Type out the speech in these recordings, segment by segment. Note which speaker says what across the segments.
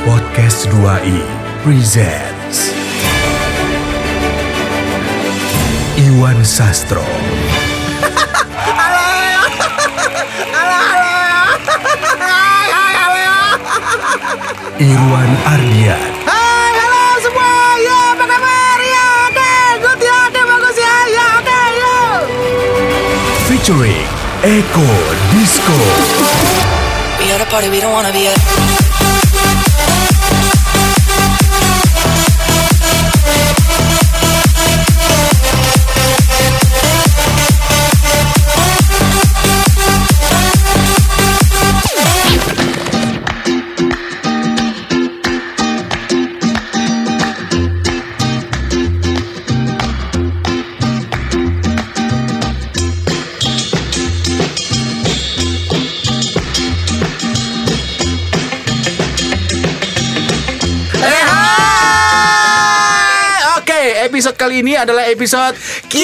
Speaker 1: Podcast 2i presents Iwan Sastro. Irwan Ardian.
Speaker 2: Hai, halo semua. Ya, apa kabar? Ya, oke. Good ya, oke, bagus ya. Ya, oke, yuk.
Speaker 1: Featuring Eko Disco.
Speaker 3: We at a party we don't wanna be at.
Speaker 2: Episode kali ini adalah episode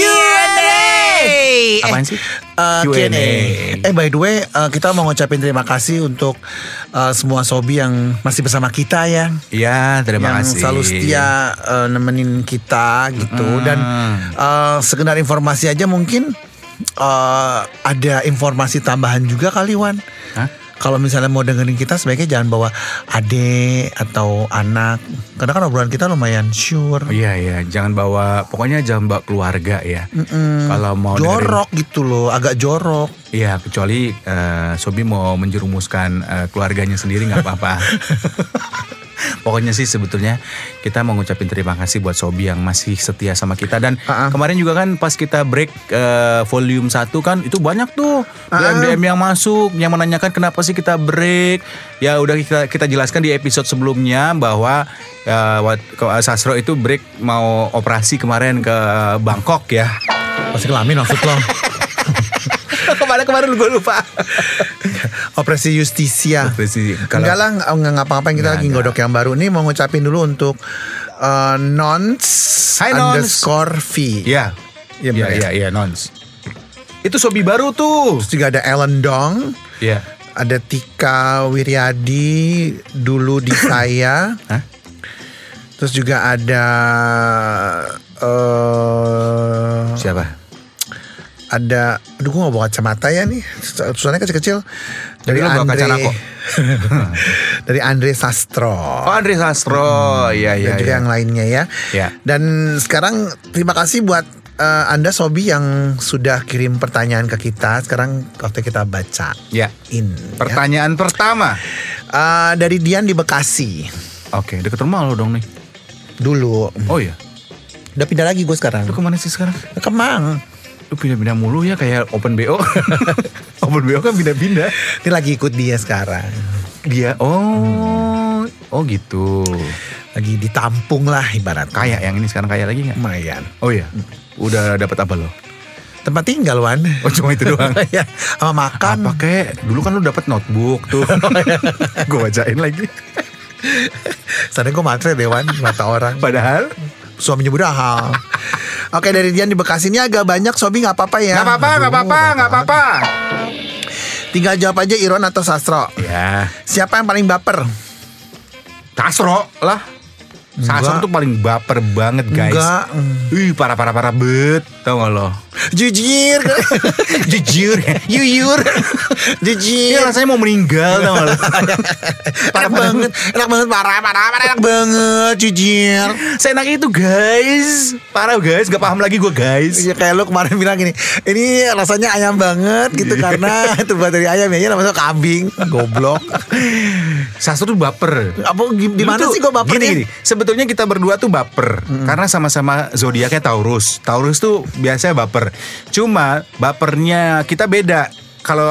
Speaker 2: Q&A. Apaan sih?
Speaker 4: Q&A. By the way, kita mau ngucapin terima kasih untuk semua sobi yang masih bersama kita ya.
Speaker 2: Iya, terima
Speaker 4: yang
Speaker 2: kasih.
Speaker 4: Yang selalu setia nemenin kita gitu. Dan sekedar informasi aja mungkin ada informasi tambahan juga kali Wan.
Speaker 2: Hah?
Speaker 4: Kalau misalnya mau dengerin kita sebaiknya jangan bawa adik atau anak. Karena kan obrolan kita lumayan sure.
Speaker 2: Oh, iya, jangan bawa, pokoknya jangan bawa keluarga ya. Kalau mau
Speaker 4: jorok gitu loh, agak jorok.
Speaker 2: Iya, kecuali Sobi mau menjerumuskan keluarganya sendiri nggak apa-apa. Pokoknya sih sebetulnya kita mau ngucapin terima kasih buat Sobi yang masih setia sama kita. Dan kemarin juga kan pas kita break volume 1 kan itu banyak tuh DM yang masuk yang menanyakan kenapa sih kita break. Ya udah kita jelaskan di episode sebelumnya bahwa Sastro itu break mau operasi kemarin ke Bangkok ya.
Speaker 4: Pasti kelamin maksud lo.
Speaker 2: Kemarin gue lupa.
Speaker 4: Operasi Justisia. Enggak lah, enggak ngapa-ngapain, kita lagi godok yang baru. Nih mau ngucapin dulu untuk Nons _V.
Speaker 2: Iya, Nons. Itu Sobi baru tuh.
Speaker 4: Terus juga ada Ellen Dong.
Speaker 2: Iya.
Speaker 4: Ada Tika Wiryadi dulu di saya.
Speaker 2: Hah?
Speaker 4: Terus juga ada
Speaker 2: siapa?
Speaker 4: Ada, aduh gue gak bawa kacamata ya nih, tulisannya kecil-kecil. Dari dari Andre Sastro.
Speaker 2: Oh, Andre Sastro, iya.
Speaker 4: Dan juga yang lainnya ya. Dan sekarang terima kasih buat Anda Sobi yang sudah kirim pertanyaan ke kita. Sekarang waktu kita bacain.
Speaker 2: Pertanyaan pertama
Speaker 4: dari Dian di Bekasi.
Speaker 2: Oke, deket rumah lo dong nih.
Speaker 4: Dulu.
Speaker 2: Oh iya.
Speaker 4: Udah pindah lagi gue sekarang.
Speaker 2: Lu kemana sih sekarang?
Speaker 4: Ke Kemang.
Speaker 2: Lu pindah-pindah mulu ya kayak Open BO. Open BO kan pindah-pindah.
Speaker 4: Ini lagi ikut dia sekarang.
Speaker 2: Dia oh gitu.
Speaker 4: Lagi ditampung lah ibarat.
Speaker 2: Kaya yang ini sekarang kaya lagi gak?
Speaker 4: Lumayan.
Speaker 2: Oh iya. Udah dapat apa lo?
Speaker 4: Tempat tinggal Wan.
Speaker 2: Oh cuma itu doang.
Speaker 4: Ya, sama makan.
Speaker 2: Apa kek? Dulu kan lu dapat notebook tuh. Gue bacain lagi.
Speaker 4: Sadar gue matre deh Wan, mata orang.
Speaker 2: Padahal
Speaker 4: suaminya budahal. Oke, dari Dian di Bekasi ini agak banyak Sobi, gak apa-apa ya.
Speaker 2: Gak apa-apa.
Speaker 4: Tinggal jawab aja Irwan atau Sastro.
Speaker 2: Ya.
Speaker 4: Siapa yang paling baper?
Speaker 2: Sastro lah. Sastro tuh paling baper banget guys.
Speaker 4: Enggak.
Speaker 2: Parah bet. Tau gak lo?
Speaker 4: Jujur.
Speaker 2: Yuyur.
Speaker 4: Jujur.
Speaker 2: Ya rasanya mau meninggal tau gak lo?
Speaker 4: Enak banget. Parah, enak banget. Jujur.
Speaker 2: Seenak itu guys. Parah guys, gak paham lagi gue guys.
Speaker 4: Ya kayak lo kemarin bilang gini, ini rasanya ayam banget gitu. Karena terbuat dari ayam ya, namanya kambing. Goblok.
Speaker 2: Sastro tuh baper.
Speaker 4: Apa di mana sih gue bapernya?
Speaker 2: Gini. Sebetulnya kita berdua tuh baper karena sama-sama zodiaknya Taurus. Taurus tuh biasanya baper. Cuma bapernya kita beda. Kalau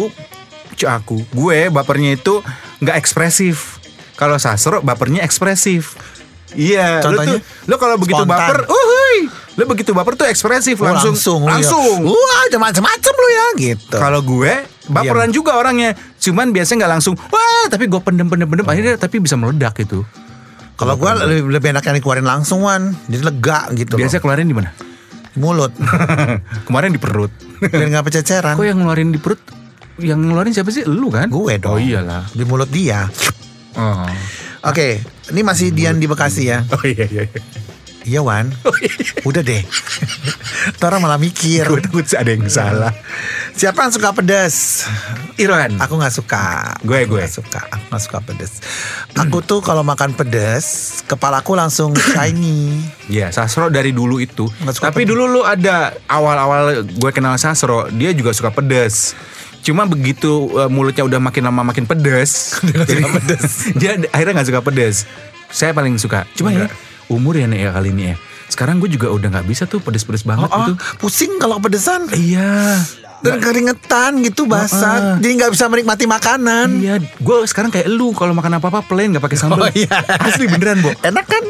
Speaker 2: gue bapernya itu nggak ekspresif. Kalau Sastro bapernya ekspresif. Iya.
Speaker 4: Contohnya?
Speaker 2: Lo kalau begitu baper, lo begitu baper tuh ekspresif langsung.
Speaker 4: Wah, macam-macam lo ya gitu.
Speaker 2: Kalau gue baperan juga orangnya. Cuman biasanya nggak langsung. Wah, tapi gue pendem akhirnya tapi bisa meledak itu.
Speaker 4: Kalau gue lebih enak yang dikeluarin langsung Wan. Jadi lega gitu.
Speaker 2: Biasa keluarin di mana?
Speaker 4: Di mulut.
Speaker 2: Kemarin di perut.
Speaker 4: Biar gak pececeran.
Speaker 2: Kok yang ngeluarin di perut? Yang ngeluarin siapa sih? Lu kan?
Speaker 4: Gue dong.
Speaker 2: Oh iyalah.
Speaker 4: Di mulut dia.
Speaker 2: Oh.
Speaker 4: Oke, ini masih Dian di Bekasi ya.
Speaker 2: Oh iya.
Speaker 4: Iya Wan. Udah deh. Ntar orang malah mikir.
Speaker 2: Gue takut ada yang salah.
Speaker 4: Siapa yang suka pedas?
Speaker 2: Irwan.
Speaker 4: Aku gak suka.
Speaker 2: Gue.
Speaker 4: Gak suka. Aku gak suka pedas. Aku tuh kalau makan pedas, kepalaku langsung shiny.
Speaker 2: Iya, Sastro dari dulu itu. Tapi
Speaker 4: pedas.
Speaker 2: dulu lu ada awal-awal gue kenal Sastro, dia juga suka pedas. Cuma begitu mulutnya udah makin lama makin pedas, dia akhirnya gak suka pedas. Saya paling suka. Cuma ya umur ya nih ya kali ini ya. Sekarang gue juga udah gak bisa tuh pedes-pedes banget gitu.
Speaker 4: Pusing kalau pedesan.
Speaker 2: Iya.
Speaker 4: Dan keringetan gitu basah. Jadi gak bisa menikmati makanan.
Speaker 2: Iya, gue sekarang kayak lu kalau makan apa-apa plain gak pakai sambal. Asli beneran, Bo.
Speaker 4: Enak kan?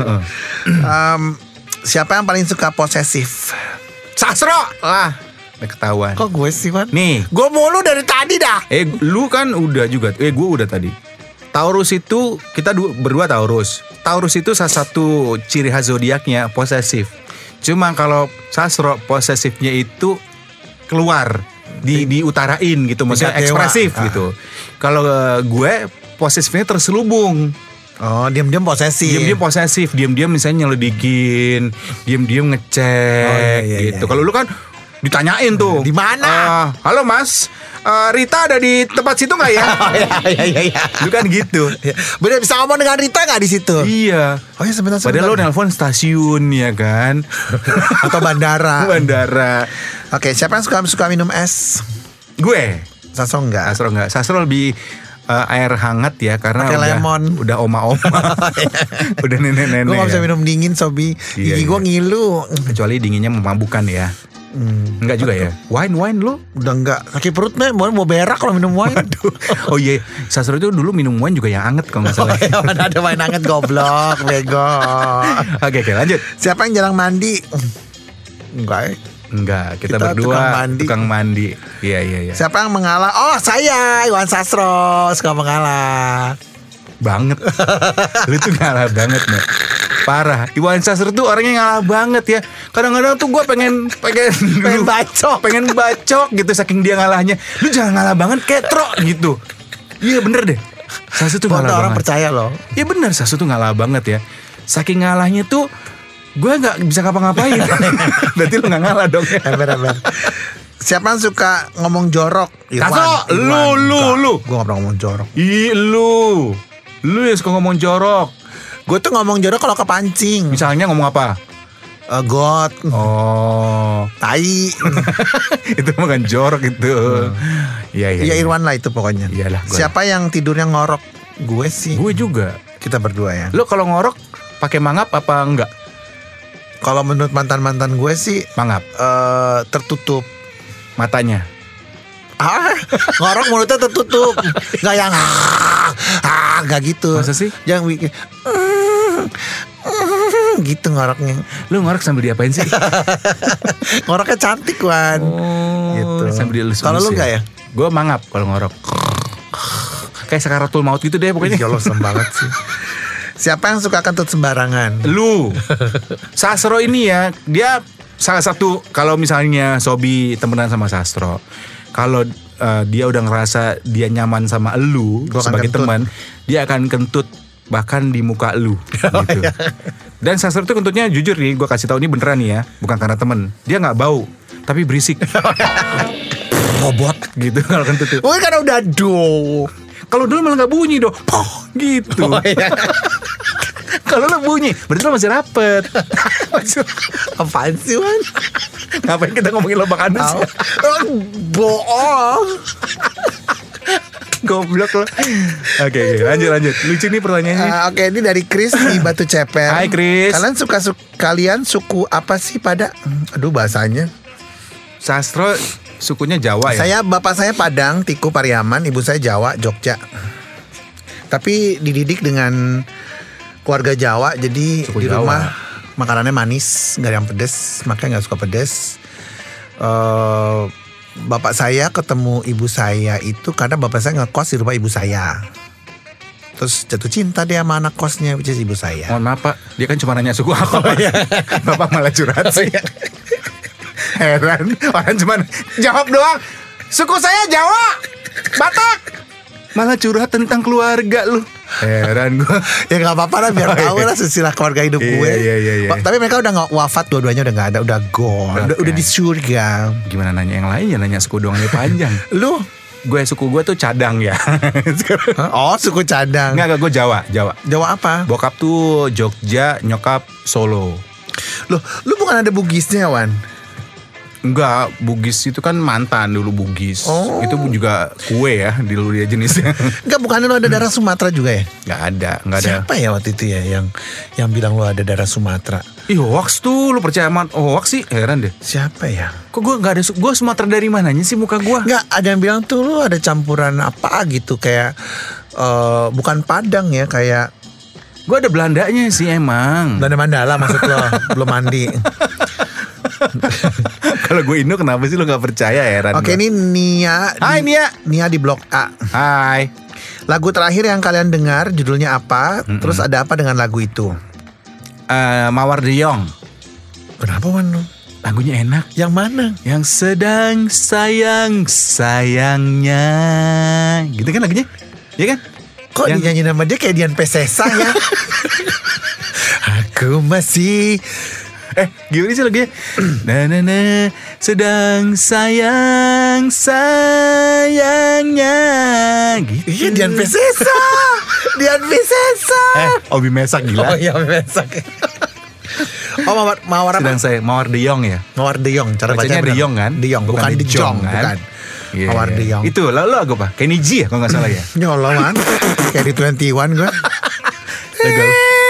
Speaker 4: Siapa yang paling suka posesif?
Speaker 2: Sastro lah. Udah ketahuan.
Speaker 4: Kok gue sih, Man?
Speaker 2: Nih,
Speaker 4: gue mulu dari tadi dah.
Speaker 2: lu kan udah juga. Gue udah tadi. Taurus itu kita berdua Taurus. Taurus itu salah satu ciri khas zodiaknya posesif. Cuma kalau Sastro posesifnya itu keluar diutarain gitu, maksudnya ekspresif gitu. Kalau gue posesifnya terselubung.
Speaker 4: Oh, diam-diam posesif.
Speaker 2: Diam-diam posesif, diam-diam misalnya nyelidikin, diam-diam ngecek gitu. Kalau lu kan ditanyain tuh.
Speaker 4: Di mana?
Speaker 2: Halo Mas, Rita ada di tempat situ nggak ya?
Speaker 4: Iya.
Speaker 2: Lu kan gitu.
Speaker 4: Bener, bisa ngomong dengan Rita nggak di situ?
Speaker 2: Iya.
Speaker 4: Oh ya sebentar.
Speaker 2: Padahal lo nelpon stasiun ya kan?
Speaker 4: Atau bandara.
Speaker 2: Oke,
Speaker 4: siapa yang suka minum es?
Speaker 2: Gue.
Speaker 4: Sastro enggak.
Speaker 2: Sastro lebih air hangat ya, karena udah oma-oma. Udah nenek-nenek.
Speaker 4: Gue gak bisa minum dingin, Sobi. Gigi gue ngilu.
Speaker 2: Kecuali dinginnya memabukkan ya. Enggak juga ya. Wine lu?
Speaker 4: Udah enggak. Sakit perut nih, mau berak kalau minum wine.
Speaker 2: Waduh. Oh iya, Sastro itu dulu minum wine juga yang anget kalau nggak salah.
Speaker 4: Mana ada wine anget, goblok, bego.
Speaker 2: Oke, lanjut.
Speaker 4: Siapa yang jarang mandi?
Speaker 2: Enggak, kita berdua tukang mandi. Iya.
Speaker 4: Siapa yang mengalah? Oh, saya, Iwan Sastro, suka mengalah.
Speaker 2: Banget. Lu tuh ngalah banget, Nek. Parah. Iwan Sastro tuh orangnya ngalah banget ya. Kadang-kadang tuh gue pengen bacok gitu saking dia ngalahnya. Lu jangan ngalah banget kayak Tro gitu. Iya bener deh. Sastro tuh ngalah banget.
Speaker 4: Orang percaya loh.
Speaker 2: Iya bener, Sastro tuh ngalah banget ya. Saking ngalahnya tuh gue gak bisa ngapa-ngapain. Berarti lu gak ngalah dong ya.
Speaker 4: Ember. Siapa yang suka ngomong jorok?
Speaker 2: Sastro, lu.
Speaker 4: Gue gak pernah ngomong jorok.
Speaker 2: Lu yang suka ngomong jorok.
Speaker 4: Gue tuh ngomong jorok kalau kepancing.
Speaker 2: Misalnya ngomong apa?
Speaker 4: God.
Speaker 2: Oh,
Speaker 4: tai.
Speaker 2: Itu bukan jorok itu. Iya.
Speaker 4: Ya Irwan lah itu pokoknya.
Speaker 2: Iyalah.
Speaker 4: Siapa yang tidurnya ngorok? Gue sih.
Speaker 2: Gue juga.
Speaker 4: Kita berdua ya.
Speaker 2: Lo kalau ngorok pakai mangap apa enggak?
Speaker 4: Kalau menurut mantan gue sih
Speaker 2: mangap.
Speaker 4: Tertutup
Speaker 2: matanya.
Speaker 4: Ngorok mulutnya tertutup. Nggak yang nggak gitu.
Speaker 2: Masa sih?
Speaker 4: Yang bikin gitu ngoroknya.
Speaker 2: Lu ngorok sambil diapain sih?
Speaker 4: Ngoroknya cantik, Wan. Gitu.
Speaker 2: Sambil dielus-elus.
Speaker 4: Kalau lu nggak ya?
Speaker 2: Gue mangap kalau ngorok. Kayak sakaratul maut gitu deh pokoknya.
Speaker 4: Ya Allah, serem banget sih. Siapa yang suka kentut sembarangan?
Speaker 2: Lu. Sastro ini ya, dia salah satu, kalau misalnya Sobi temenan sama Sastro, kalau dia udah ngerasa dia nyaman sama lu sebagai teman, dia akan kentut bahkan di muka lu gitu. Dan Sastro itu kentutnya jujur nih, gue kasih tahu ini beneran nih ya, bukan karena temen. Dia nggak bau, tapi berisik. Bobot gitu kalau kentut itu.
Speaker 4: Oh, karena udah
Speaker 2: Kalau dulu malah nggak bunyi dong, poh gitu. Kalau lo bunyi, berarti lo masih rapet.
Speaker 4: Apaan sih, Wan?
Speaker 2: Ngapain kita ngomongin Lobak Anus?
Speaker 4: Bohong.
Speaker 2: Goblok lo. Oke, lanjut. Lucu nih pertanyaannya.
Speaker 4: Oke, ini dari Chris di Batu Ceper.
Speaker 2: Hai Chris.
Speaker 4: Kalian suku apa sih pada? Aduh bahasanya.
Speaker 2: Sastro sukunya Jawa ya.
Speaker 4: Bapak saya Padang, Tiku Pariaman, ibu saya Jawa, Jogja. Tapi dididik dengan keluarga Jawa, jadi
Speaker 2: suku
Speaker 4: di
Speaker 2: Jawa.
Speaker 4: rumah makanannya manis, nggak yang pedes, makanya nggak suka pedes. Bapak saya ketemu ibu saya itu karena bapak saya ngekos di rumah ibu saya. Terus jatuh cinta dia sama anak kosnya, which is ibu saya.
Speaker 2: Mohon maaf Pak, dia kan cuma nanya suku apa. Bapak malah curhat sih. Heran, orang cuma jawab doang. Suku saya Jawa, Batak. Malah curhat tentang keluarga lu. Heran gue.
Speaker 4: Ya nggak apa-apa lah, biar tahu lah silsilah keluarga hidup gue.
Speaker 2: Iya.
Speaker 4: Tapi mereka udah nggak wafat, dua-duanya udah nggak ada, udah gone, udah di surga.
Speaker 2: Gimana nanya yang lain ya, nanya suku doang aja panjang.
Speaker 4: Lu?
Speaker 2: Suku gue tuh Cadang ya.
Speaker 4: Oh, suku Cadang.
Speaker 2: Enggak, gue Jawa.
Speaker 4: Jawa apa?
Speaker 2: Bokap tuh Jogja, nyokap Solo.
Speaker 4: Loh, lu bukan ada Bugisnya, Wan?
Speaker 2: Enggak, Bugis itu kan mantan dulu Bugis.
Speaker 4: Oh.
Speaker 2: Itu juga kue ya, dulu dia jenisnya.
Speaker 4: Enggak, bukannya lu ada darah Sumatera juga ya?
Speaker 2: Enggak ada.
Speaker 4: Siapa ya waktu itu ya yang bilang lu ada darah Sumatera?
Speaker 2: Ih, hoax tuh, lu percaya sama hoax sih? Heran deh.
Speaker 4: Siapa ya?
Speaker 2: Kok gue enggak ada, gue Sumatera dari mananya sih muka gue?
Speaker 4: Enggak, ada yang bilang tuh lu ada campuran apa gitu, kayak bukan Padang ya, kayak
Speaker 2: gue ada Belandanya sih emang.
Speaker 4: Belanda Mandala maksud lo, belum mandi.
Speaker 2: Kalau gue Indo kenapa sih lo gak percaya heran.
Speaker 4: Oke, ini Nia.
Speaker 2: Hai Nia.
Speaker 4: Nia di Blok A.
Speaker 2: Hai.
Speaker 4: Lagu terakhir yang kalian dengar judulnya apa? Terus ada apa dengan lagu itu?
Speaker 2: Mawar de Jong.
Speaker 4: Kenapa, Wan?
Speaker 2: Lagunya enak.
Speaker 4: Yang mana?
Speaker 2: Yang sedang sayang-sayangnya. Gitu kan lagunya? Iya kan?
Speaker 4: Kok dinyanyi nama dia kayak Dian Pesesa ya? Aku masih
Speaker 2: gimana sih lagunya? Na sedang sayang-sayangnya gitu.
Speaker 4: Iya, Dian Pesesa. Dian Pesesa.
Speaker 2: Obi Mesak gila.
Speaker 4: Oh iya, Obi Mesak. Oh, Mawar apa?
Speaker 2: Sedang saya Mawar de Jong ya.
Speaker 4: Mawar de Jong, cara bacanya
Speaker 2: de Jong kan?
Speaker 4: De Jong, bukan de Jong kan?
Speaker 2: Iya,
Speaker 4: Mawar de Jong.
Speaker 2: Itu lo aku apa? Kenny G ya kalau nggak salah ya.
Speaker 4: Nyolong man. Kayak di 21 gue.
Speaker 2: Lagu.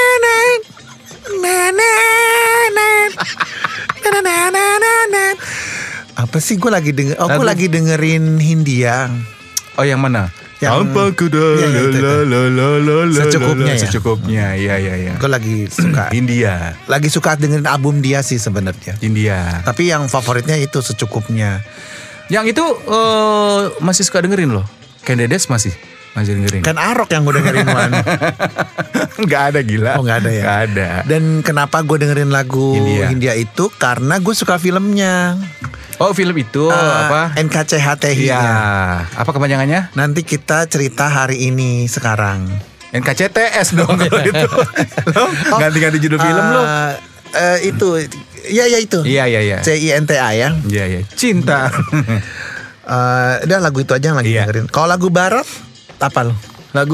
Speaker 4: Apa sih, gue lagi denger? Oh, gue lagi dengerin Hindia.
Speaker 2: Oh, yang mana?
Speaker 4: Yang
Speaker 2: apa kuda
Speaker 4: secukupnya ya.
Speaker 2: Secukupnya, iya.
Speaker 4: Gue lagi suka
Speaker 2: Hindia.
Speaker 4: Lagi suka dengerin album dia sih sebenarnya.
Speaker 2: Hindia.
Speaker 4: Tapi yang favoritnya itu Secukupnya.
Speaker 2: Yang itu masih suka dengerin loh. Ken Dedes masih dengerin.
Speaker 4: Kan Arok yang gue dengerin, Wan.
Speaker 2: Gak ada, gila.
Speaker 4: Oh, gak ada ya?
Speaker 2: Gak ada.
Speaker 4: Dan kenapa gue dengerin lagu Hindia itu? Karena gue suka filmnya.
Speaker 2: Oh, film itu apa?
Speaker 4: NKCHTI.
Speaker 2: Iya. Apa kepanjangannya?
Speaker 4: Nanti kita cerita hari ini sekarang.
Speaker 2: NKCTS dong kalau itu. Ganti-ganti judul film lo.
Speaker 4: Itu. Iya itu.
Speaker 2: Iya.
Speaker 4: CINTA ya.
Speaker 2: Iya. Cinta.
Speaker 4: Udah lagu itu aja yang lagi dengerin. Kalau lagu barat apa lo?
Speaker 2: Lagu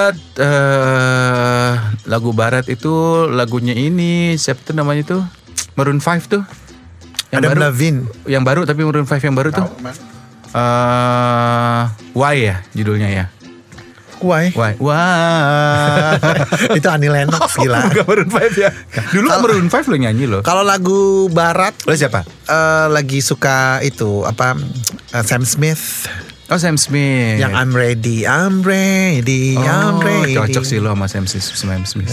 Speaker 2: barat itu lagunya ini siapa tuh namanya tuh? Maroon 5 tuh. Yang
Speaker 4: Adam
Speaker 2: baru,
Speaker 4: Levine.
Speaker 2: Yang baru tapi Maroon 5 yang baru tuh. Why ya judulnya ya.
Speaker 4: Why? Itu Annie Lennox, gila.
Speaker 2: Bukan Maroon 5 ya. Dulu Maroon 5 lo nyanyi lo.
Speaker 4: Kalau lagu barat
Speaker 2: lo siapa?
Speaker 4: Lagi suka itu apa? Sam Smith.
Speaker 2: Oh, Sam Smith.
Speaker 4: Yang I'm ready. I'm ready.
Speaker 2: Cocok sih lo sama Sam Smith.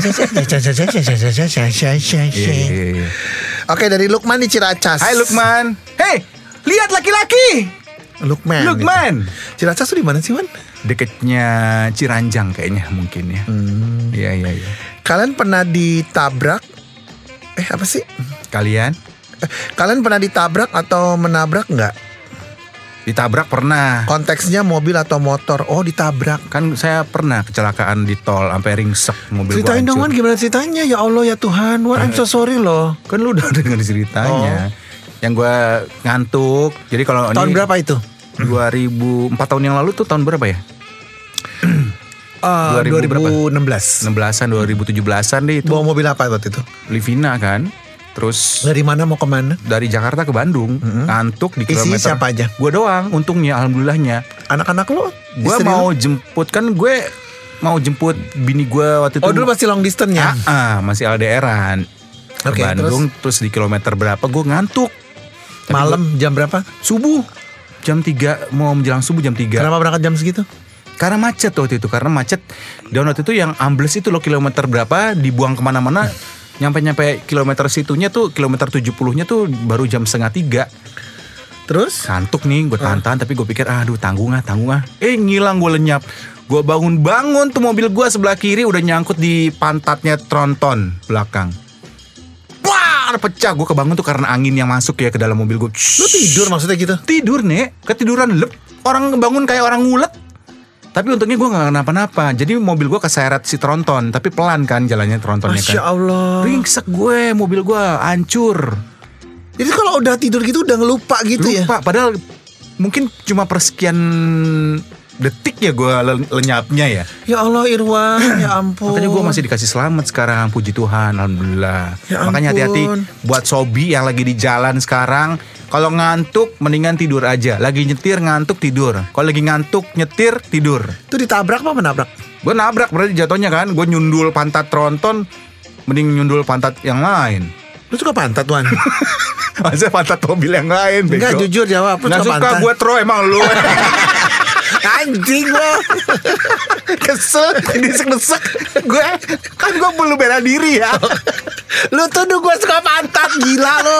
Speaker 2: Iya.
Speaker 4: Oke, dari Lukman di Ciracas.
Speaker 2: Hai Lukman. Hey, lihat laki-laki. Lukman.
Speaker 4: Ciracas tuh di mana sih, Wan?
Speaker 2: Deketnya Ciranjang kayaknya mungkin ya. Iya.
Speaker 4: Kalian pernah ditabrak? Apa sih?
Speaker 2: Kalian
Speaker 4: pernah ditabrak atau menabrak nggak?
Speaker 2: Ditabrak pernah.
Speaker 4: Konteksnya mobil atau motor? Oh, ditabrak.
Speaker 2: Kan saya pernah kecelakaan di tol sampai ringsek mobil.
Speaker 4: Ceritain dong, Wan, gimana ceritanya? Ya Allah ya Tuhan, Wan, I'm so sorry loh.
Speaker 2: Kan lu udah dengar ceritanya. Yang gue ngantuk. Jadi kalau
Speaker 4: tahun berapa itu?
Speaker 2: 4 tahun yang lalu tuh tahun berapa ya?
Speaker 4: 2016.
Speaker 2: 16-an, 2017-an deh itu.
Speaker 4: Bawa mobil apa waktu itu?
Speaker 2: Livina kan. Terus
Speaker 4: dari mana mau ke mana?
Speaker 2: Dari Jakarta ke Bandung. Ngantuk di kilometer.
Speaker 4: Isinya siapa aja?
Speaker 2: Gue doang, untungnya, alhamdulillahnya.
Speaker 4: Anak-anak lo?
Speaker 2: Gue mau jemput, kan gue mau jemput bini gue waktu itu.
Speaker 4: Oh, dulu masih long distance ya?
Speaker 2: Masih LDR-an. Ke Bandung, terus di kilometer berapa gue ngantuk.
Speaker 4: Malam jam berapa?
Speaker 2: Subuh. Jam 3, mau menjelang subuh jam 3.
Speaker 4: Kenapa berangkat jam segitu?
Speaker 2: Karena macet waktu itu. Dan waktu itu yang ambles itu loh, kilometer berapa, dibuang kemana-mana. Nyampe kilometer situnya tuh, kilometer 70-nya tuh baru jam 2:30.
Speaker 4: Terus?
Speaker 2: Ngantuk nih, gue tahan-tahan, tapi gue pikir aduh tanggung ah. Ngilang, gue lenyap. Gue bangun tuh mobil gue sebelah kiri udah nyangkut di pantatnya tronton belakang. Wah, pecah. Gue kebangun tuh karena angin yang masuk ya ke dalam mobil gue.
Speaker 4: Lu tidur maksudnya gitu?
Speaker 2: Tidur, Nek. Ketiduran lep. Orang bangun kayak orang ngulet. Tapi untungnya gue gak kenapa-napa. Jadi mobil gue keseret si tronton. Tapi pelan kan jalannya trontonnya kan.
Speaker 4: Masya Allah.
Speaker 2: Ringsek gue, mobil gue hancur.
Speaker 4: Jadi kalau udah tidur gitu udah ngelupa gitu ya?
Speaker 2: Lupa, padahal mungkin cuma persekian detik ya gue lenyapnya ya.
Speaker 4: Ya Allah Irwan, ya ampun.
Speaker 2: Makanya gue masih dikasih selamat sekarang, puji Tuhan, alhamdulillah.
Speaker 4: Ya
Speaker 2: Makanya
Speaker 4: ampun.
Speaker 2: hati-hati buat Sobi yang lagi di jalan sekarang. Kalau ngantuk mendingan tidur aja. Lagi nyetir ngantuk tidur. Kalau lagi ngantuk nyetir tidur.
Speaker 4: Itu ditabrak apa menabrak?
Speaker 2: Gue nabrak berarti jatuhnya kan. Gue nyundul pantat tronton, mending nyundul pantat yang lain.
Speaker 4: Lu suka pantat Wan?
Speaker 2: Masa pantat mobil yang lain bego?
Speaker 4: Enggak, jujur jawab. Lu
Speaker 2: Nggak suka gue tro emang lu.
Speaker 4: Anjing lo.
Speaker 2: Kesel, disek-desek. Gue kan gue belum bela diri ya.
Speaker 4: Lu tuduh gue suka pantat, gila lo.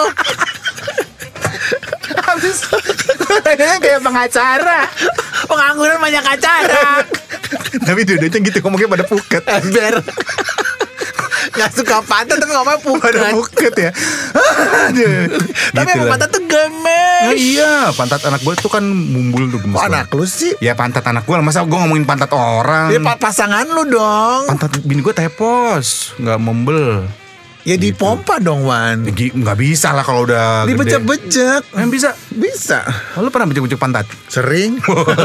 Speaker 2: Habis kayak pengacara.
Speaker 4: Pengangguran banyak acara.
Speaker 2: Tapi dua-duanya gitu ngomongnya pada puket.
Speaker 4: Ember. Gak suka pantat tapi ngomongnya
Speaker 2: Pada
Speaker 4: puket.
Speaker 2: puket ya. Aduh.
Speaker 4: Tapi emang pantat tuh gemes.
Speaker 2: Nah, iya, pantat anak gue tuh kan mumbul tuh gemes.
Speaker 4: Kok
Speaker 2: banget.
Speaker 4: anak lu sih?
Speaker 2: Ya pantat anak gue, masa gue ngomongin pantat orang.
Speaker 4: Ya pasangan lu dong.
Speaker 2: Pantat bini gue tepos, nggak membel.
Speaker 4: Ya dipompa dong Wan.
Speaker 2: Nggak bisa lah kalau udah gede.
Speaker 4: Dibejek-bejek.
Speaker 2: Bisa.
Speaker 4: Bisa.
Speaker 2: Lu pernah bejek-bejek pantat?
Speaker 4: Sering.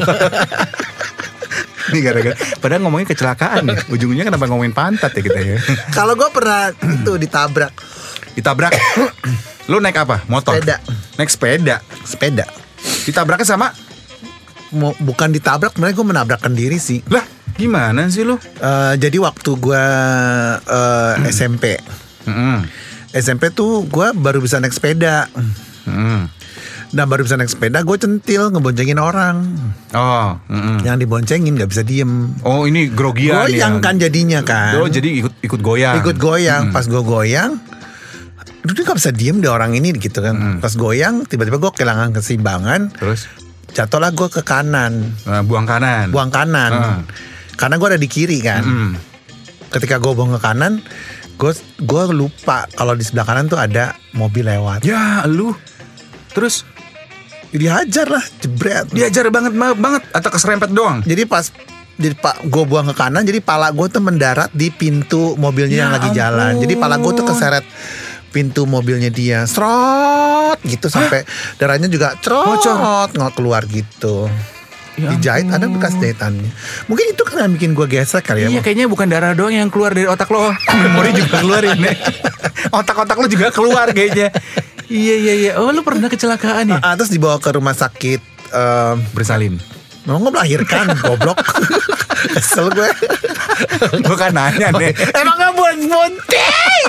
Speaker 2: Ini gara-gara padahal ngomongin kecelakaan ya. Ujung-ujungnya kenapa ngomongin pantat ya kita ya.
Speaker 4: Kalau gue pernah itu ditabrak.
Speaker 2: Ditabrak. Lu naik apa? Motor?
Speaker 4: Sepeda.
Speaker 2: Naik sepeda.
Speaker 4: Sepeda.
Speaker 2: Ditabraknya sama?
Speaker 4: Bukan ditabrak, sebenarnya gue menabrakkan diri sih.
Speaker 2: Lah, gimana sih lu?
Speaker 4: Jadi waktu gue SMP. SMP tuh gue baru bisa naik sepeda. Dan baru bisa naik sepeda, gue centil ngeboncengin orang.
Speaker 2: Oh,
Speaker 4: Yang diboncengin gak bisa diem.
Speaker 2: Oh, ini grogian.
Speaker 4: Goyang kan jadinya kan.
Speaker 2: Oh, jadi ikut goyang.
Speaker 4: Ikut goyang. Pas gue goyang, dia gak bisa diem deh orang ini gitu kan. Pas goyang, tiba-tiba gue kehilangan keseimbangan.
Speaker 2: Terus?
Speaker 4: Jatuhlah gue ke kanan.
Speaker 2: Buang kanan.
Speaker 4: Buang kanan. Karena gue ada di kiri kan. Ketika gue buang ke kanan, gue lupa kalau di sebelah kanan tuh ada mobil lewat.
Speaker 2: Ya, lu. Terus?
Speaker 4: Dihajar lah, jebret.
Speaker 2: Diajar banget atau keserempet doang?
Speaker 4: Jadi pas gue buang ke kanan, jadi pala gue tuh mendarat di pintu mobilnya yang lagi jalan. Jadi pala gue tuh keseret pintu mobilnya dia, serot gitu sampai darahnya juga cerot keluar gitu.
Speaker 2: Ya
Speaker 4: Dijahit, ada bekas jahitannya. Mungkin itu kan yang bikin gue gesek kali ya.
Speaker 2: Iya, kayaknya bukan darah doang yang keluar dari otak lo. Memori juga keluar ini. Otak-otak lo juga keluar kayaknya. Iya. Oh, lu pernah kecelakaan ya?
Speaker 4: Terus dibawa ke rumah sakit
Speaker 2: bersalin.
Speaker 4: Memang gue melahirkan, goblok. Kesel gue.
Speaker 2: Gue kan nanya deh.
Speaker 4: Emang gak bunting?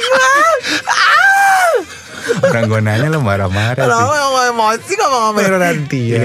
Speaker 2: Orang gue nanya lo marah-marah
Speaker 4: Kalau
Speaker 2: sih.
Speaker 4: mau emosi ngomong nanti ya.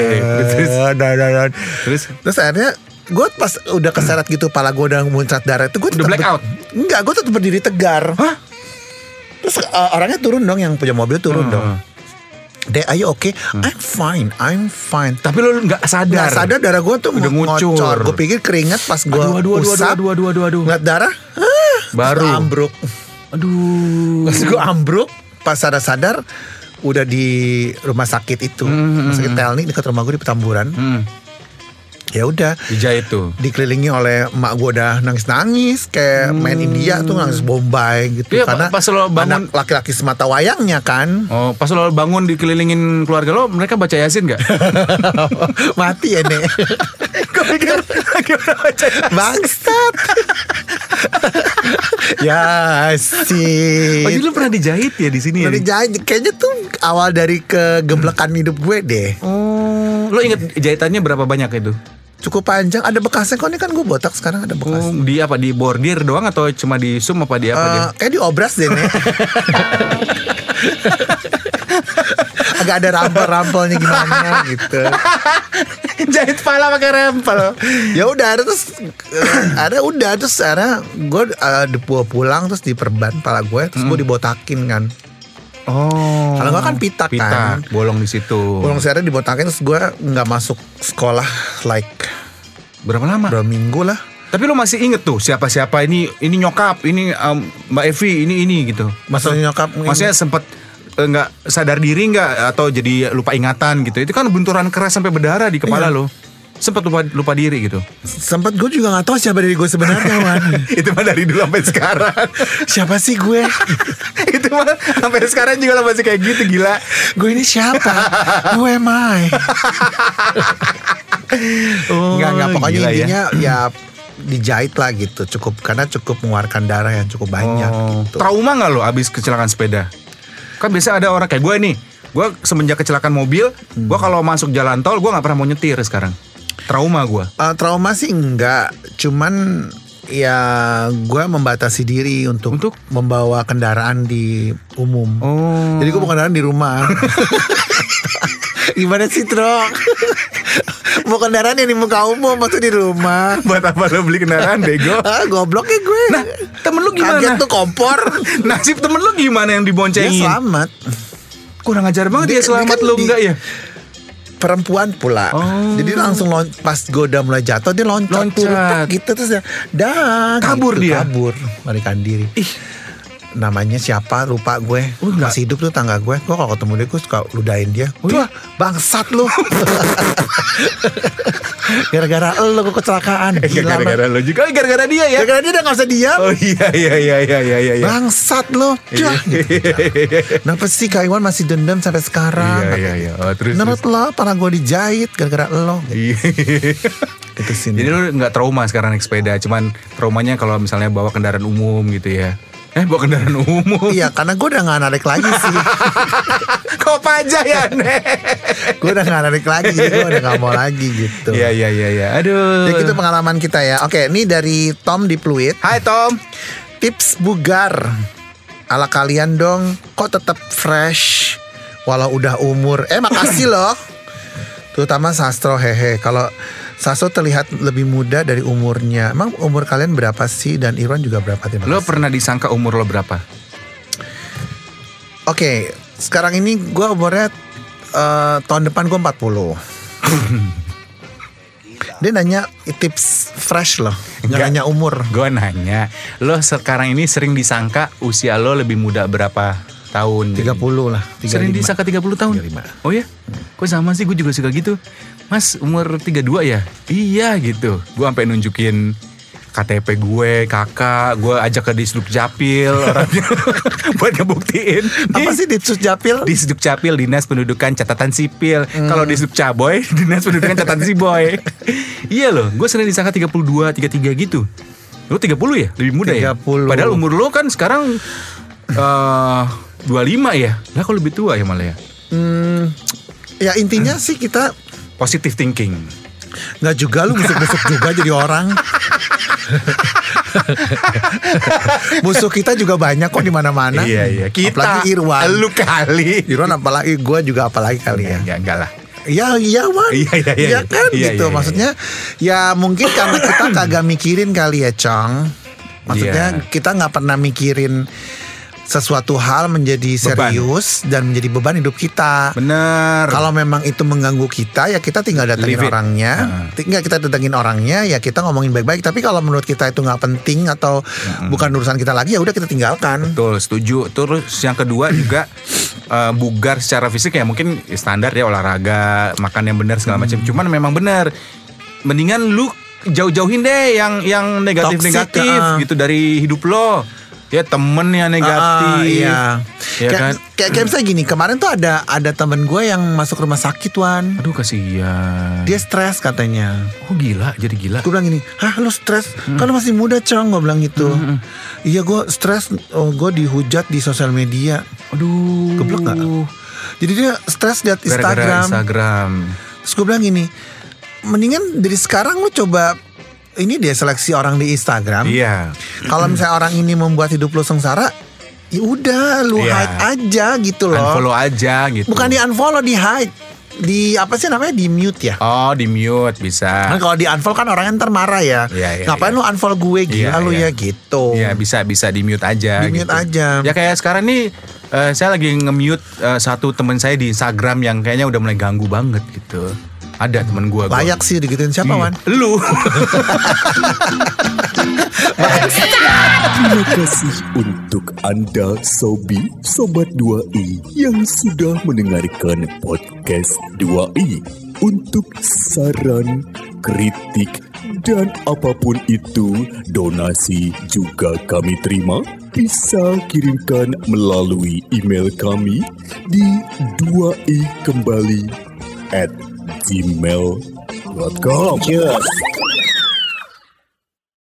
Speaker 4: Terus akhirnya gue pas udah keseret gitu, pala gue udah muncrat darah itu, gue
Speaker 2: Udah black out?
Speaker 4: Enggak, gue tetap berdiri tegar.
Speaker 2: Hah?
Speaker 4: Terus orangnya turun dong, yang punya mobil turun dong. Dek, are you okay? I'm fine.
Speaker 2: Tapi lo gak sadar.
Speaker 4: Gak sadar darah gue tuh
Speaker 2: udah ngucur.
Speaker 4: ngocor. Gue pikir keringat pas gue usap.
Speaker 2: Aduh.
Speaker 4: Ngeliat darah,
Speaker 2: Baru.
Speaker 4: ambruk.
Speaker 2: Aduh.
Speaker 4: Pas gue ambruk, pas sadar udah di rumah sakit itu, rumah sakit Telnik dekat rumah gue di Petamburan. Ya udah,
Speaker 2: Dijahit tuh.
Speaker 4: dikelilingi oleh emak gue, udah nangis kayak main India tuh, nangis Bombay gitu.
Speaker 2: Iya,
Speaker 4: karena
Speaker 2: pas lo bangun-
Speaker 4: anak laki-laki semata wayangnya kan.
Speaker 2: Oh, pas lo bangun dikelilingin keluarga lo, mereka baca Yasin gak?
Speaker 4: Mati ya Nek.
Speaker 2: Gue pikir lagi udah baca Yasin.
Speaker 4: Bangsat. Yasin.
Speaker 2: Oh, jadi lo pernah dijahit ya di sini ya?
Speaker 4: Dari jahit, kayaknya tuh awal dari kegeblekan hidup gue deh.
Speaker 2: Oh, lo inget jahitannya berapa banyak itu?
Speaker 4: Cukup panjang, ada bekasnya kok. Ini kan gue botak sekarang, ada bekas.
Speaker 2: Oh, di apa? Di bordir doang atau cuma di sum apa di apa dia?
Speaker 4: Kayak di obras deh Nek. Agak ada rampel-rampelnya gimana gitu.
Speaker 2: Jahit pala pakai rempel.
Speaker 4: Ya udah, terus ada gue pulang terus diperban pala gue, terus gue dibotakin kan.
Speaker 2: Oh.
Speaker 4: Kalau gue kan pitak kan.
Speaker 2: Bolong di situ.
Speaker 4: Bolong sejarah dibotakin, terus gue nggak masuk sekolah like
Speaker 2: Berapa lama?
Speaker 4: 2 minggu lah.
Speaker 2: Tapi lo masih inget tuh siapa-siapa ini nyokap, ini Mbak Evi, ini gitu.
Speaker 4: Maksudnya nyokap,
Speaker 2: Maksudnya sempet nggak sadar diri nggak atau jadi lupa ingatan gitu? Itu kan benturan keras sampai berdarah di kepala
Speaker 4: Iya.
Speaker 2: lo. Sempat lupa diri gitu.
Speaker 4: Sempet gue juga gak tahu siapa diri gue sebenarnya, Wan.
Speaker 2: Itu mah dari dulu sampai sekarang.
Speaker 4: Siapa sih gue?
Speaker 2: Itu mah sampai sekarang juga lo masih kayak gitu, gila.
Speaker 4: Gue ini siapa? Who am I? Enggak, pokoknya
Speaker 2: gila
Speaker 4: intinya ya dijahit lah gitu. Karena cukup mengeluarkan darah yang cukup banyak gitu.
Speaker 2: Trauma gak lo abis kecelakaan sepeda? Kan biasa ada orang kayak gue nih. Gue semenjak kecelakaan mobil, gue kalau masuk jalan tol gue gak pernah mau nyetir sekarang. Trauma gue.
Speaker 4: Trauma sih enggak, cuman ya gue membatasi diri untuk membawa kendaraan di umum. Jadi gue bawa kendaraan di rumah. Gimana sih, Trok? Mau kendaraan yang di muka umum atau di rumah?
Speaker 2: Buat apa lo beli kendaraan, bego?
Speaker 4: Gobloknya gue.
Speaker 2: Nah, temen lu gimana?
Speaker 4: Kaget tuh kompor.
Speaker 2: Nasib temen lu gimana yang diboncengin?
Speaker 4: Dia selamat.
Speaker 2: Kurang ajar banget dia selamat
Speaker 4: kan
Speaker 2: lu enggak ya?
Speaker 4: Perempuan pula. Jadi langsung pas gue udah mulai jatuh dia loncat. Gitu terus dia
Speaker 2: kabur
Speaker 4: gitu,
Speaker 2: dia.
Speaker 4: Kabur melarikan diri. Namanya siapa lupa gue. Masih hidup tuh tangga gue. Gue kalau ketemu dia gue suka ludahin dia. Wah, bangsat lu. Gara-gara lo gue kecelakaan.
Speaker 2: Gara-gara lo juga. Gara-gara dia ya.
Speaker 4: Gara-gara dia udah gak usah diam.
Speaker 2: Oh iya.
Speaker 4: Bangsat lo. Kenapa sih Kak Iwan masih dendam sampai sekarang?
Speaker 2: Iya. Terus
Speaker 4: menurut lo parah gue dijahit gara-gara lo.
Speaker 2: Iya.
Speaker 4: Itu sih.
Speaker 2: Jadi lo gak trauma sekarang naik sepeda. Cuman traumanya kalau misalnya bawa kendaraan umum gitu ya. Bawa kendaraan umum.
Speaker 4: Iya, karena gue udah gak narik lagi sih.
Speaker 2: Kok aja ya, Nek?
Speaker 4: Gue udah gak narik lagi, jadi gue udah gak mau lagi gitu.
Speaker 2: Iya. Aduh.
Speaker 4: Jadi itu pengalaman kita ya. Oke, ini dari Tom di Pluit.
Speaker 2: Hai Tom.
Speaker 4: Tips bugar ala kalian dong. Kok tetap fresh walau udah umur. Makasih loh. Terutama Sastro, hehe. Kalau Sastro terlihat lebih muda dari umurnya. Emang umur kalian berapa sih? Dan Irwan juga berapa?
Speaker 2: Lo pernah disangka umur lo berapa?
Speaker 4: Oke, sekarang ini gue umurnya tahun depan gue 40. Dia nanya tips fresh loh, nggak nanya umur.
Speaker 2: Gue nanya, lo sekarang ini sering disangka usia lo lebih muda berapa tahun?
Speaker 4: 30 lah. 35.
Speaker 2: Sering disangka 30 tahun?
Speaker 4: 35.
Speaker 2: Oh ya? Kok sama sih, gue juga suka gitu. Mas umur 32 ya? Iya gitu. Gue sampai nunjukin KTP gue, kakak, gue ajak ke Disduk Capil orangnya buat ngebuktiin.
Speaker 4: Apa sih Disduk Capil?
Speaker 2: Disduk Capil, Dinas Pendudukan Catatan Sipil. Kalau Disduk Caboy, Dinas Pendudukan Catatan Siboy. Iya loh, gue sering disangka 32, 33 gitu. Lo 30 ya? Lebih muda
Speaker 4: 30.
Speaker 2: Ya? Padahal umur lo kan sekarang 25 ya? Lah kok lebih tua ya malah ya?
Speaker 4: Ya intinya sih kita
Speaker 2: positive thinking.
Speaker 4: Nggak juga, lu busuk-busuk juga jadi orang. Musuh kita juga banyak kok di mana-mana.
Speaker 2: Iya. Kita.
Speaker 4: Apalagi Irwan.
Speaker 2: Lu kali.
Speaker 4: Irwan apalagi, gue juga apalagi kali ya.
Speaker 2: Enggak lah.
Speaker 4: Iya Wan. Iya kan
Speaker 2: iya,
Speaker 4: gitu.
Speaker 2: Iya.
Speaker 4: Maksudnya ya mungkin karena kita kagak mikirin kali ya, Cong. Maksudnya kita nggak pernah mikirin sesuatu hal menjadi serius dan menjadi beban hidup kita.
Speaker 2: Bener.
Speaker 4: Kalau memang itu mengganggu kita, ya kita tinggal datengin orangnya. Tinggal kita datengin orangnya, ya kita ngomongin baik-baik. Tapi kalau menurut kita itu nggak penting atau bukan urusan kita lagi, ya udah kita tinggalkan.
Speaker 2: Betul, setuju. Terus yang kedua juga bugar secara fisik ya mungkin standar ya, olahraga, makan yang benar segala macam. Cuman memang benar. Mendingan lu jauh-jauhin deh yang negatif-negatif gitu dari hidup lo. Ya temen yang negatif.
Speaker 4: Iya.
Speaker 2: Ya kan?
Speaker 4: Kayak misalnya gini, kemarin tuh ada temen gue yang masuk rumah sakit, Wan.
Speaker 2: Aduh kasihan.
Speaker 4: Dia stres katanya.
Speaker 2: Oh gila, jadi gila.
Speaker 4: Gue bilang gini, hah lu stres? Kan lu masih muda, Cong. Gue bilang gitu. Iya gue stres, gue dihujat di sosial media.
Speaker 2: Aduh.
Speaker 4: Geblek gak? Jadi dia stres liat
Speaker 2: Gara-gara Instagram.
Speaker 4: Terus gue bilang gini, mendingan dari sekarang lu coba ini dia seleksi orang di Instagram.
Speaker 2: Iya.
Speaker 4: Kalau misalnya orang ini membuat hidup lo sengsara, ya udah lu hide aja gitu loh.
Speaker 2: Unfollow aja gitu.
Speaker 4: Bukan di unfollow, di hide. Di apa sih namanya, di mute ya?
Speaker 2: Oh, di mute bisa.
Speaker 4: Kan kalau di unfollow kan orangnya ntar marah ya. Ngapain lu unfollow gue, gila lu ya gitu.
Speaker 2: Iya, bisa di mute aja.
Speaker 4: Di mute
Speaker 2: gitu.
Speaker 4: aja.
Speaker 2: Ya kayak sekarang nih saya lagi nge-mute satu teman saya di Instagram yang kayaknya udah mulai ganggu banget gitu. Ada temen gue.
Speaker 4: Layak sih digituin siapa, Wan?
Speaker 2: Lu.
Speaker 5: Terima kasih untuk Anda Sobi Sobat 2i yang sudah mendengarkan podcast 2i. Untuk saran, kritik, dan apapun itu, donasi juga kami terima. Bisa kirimkan melalui email kami di 2ikembali@gmail.com.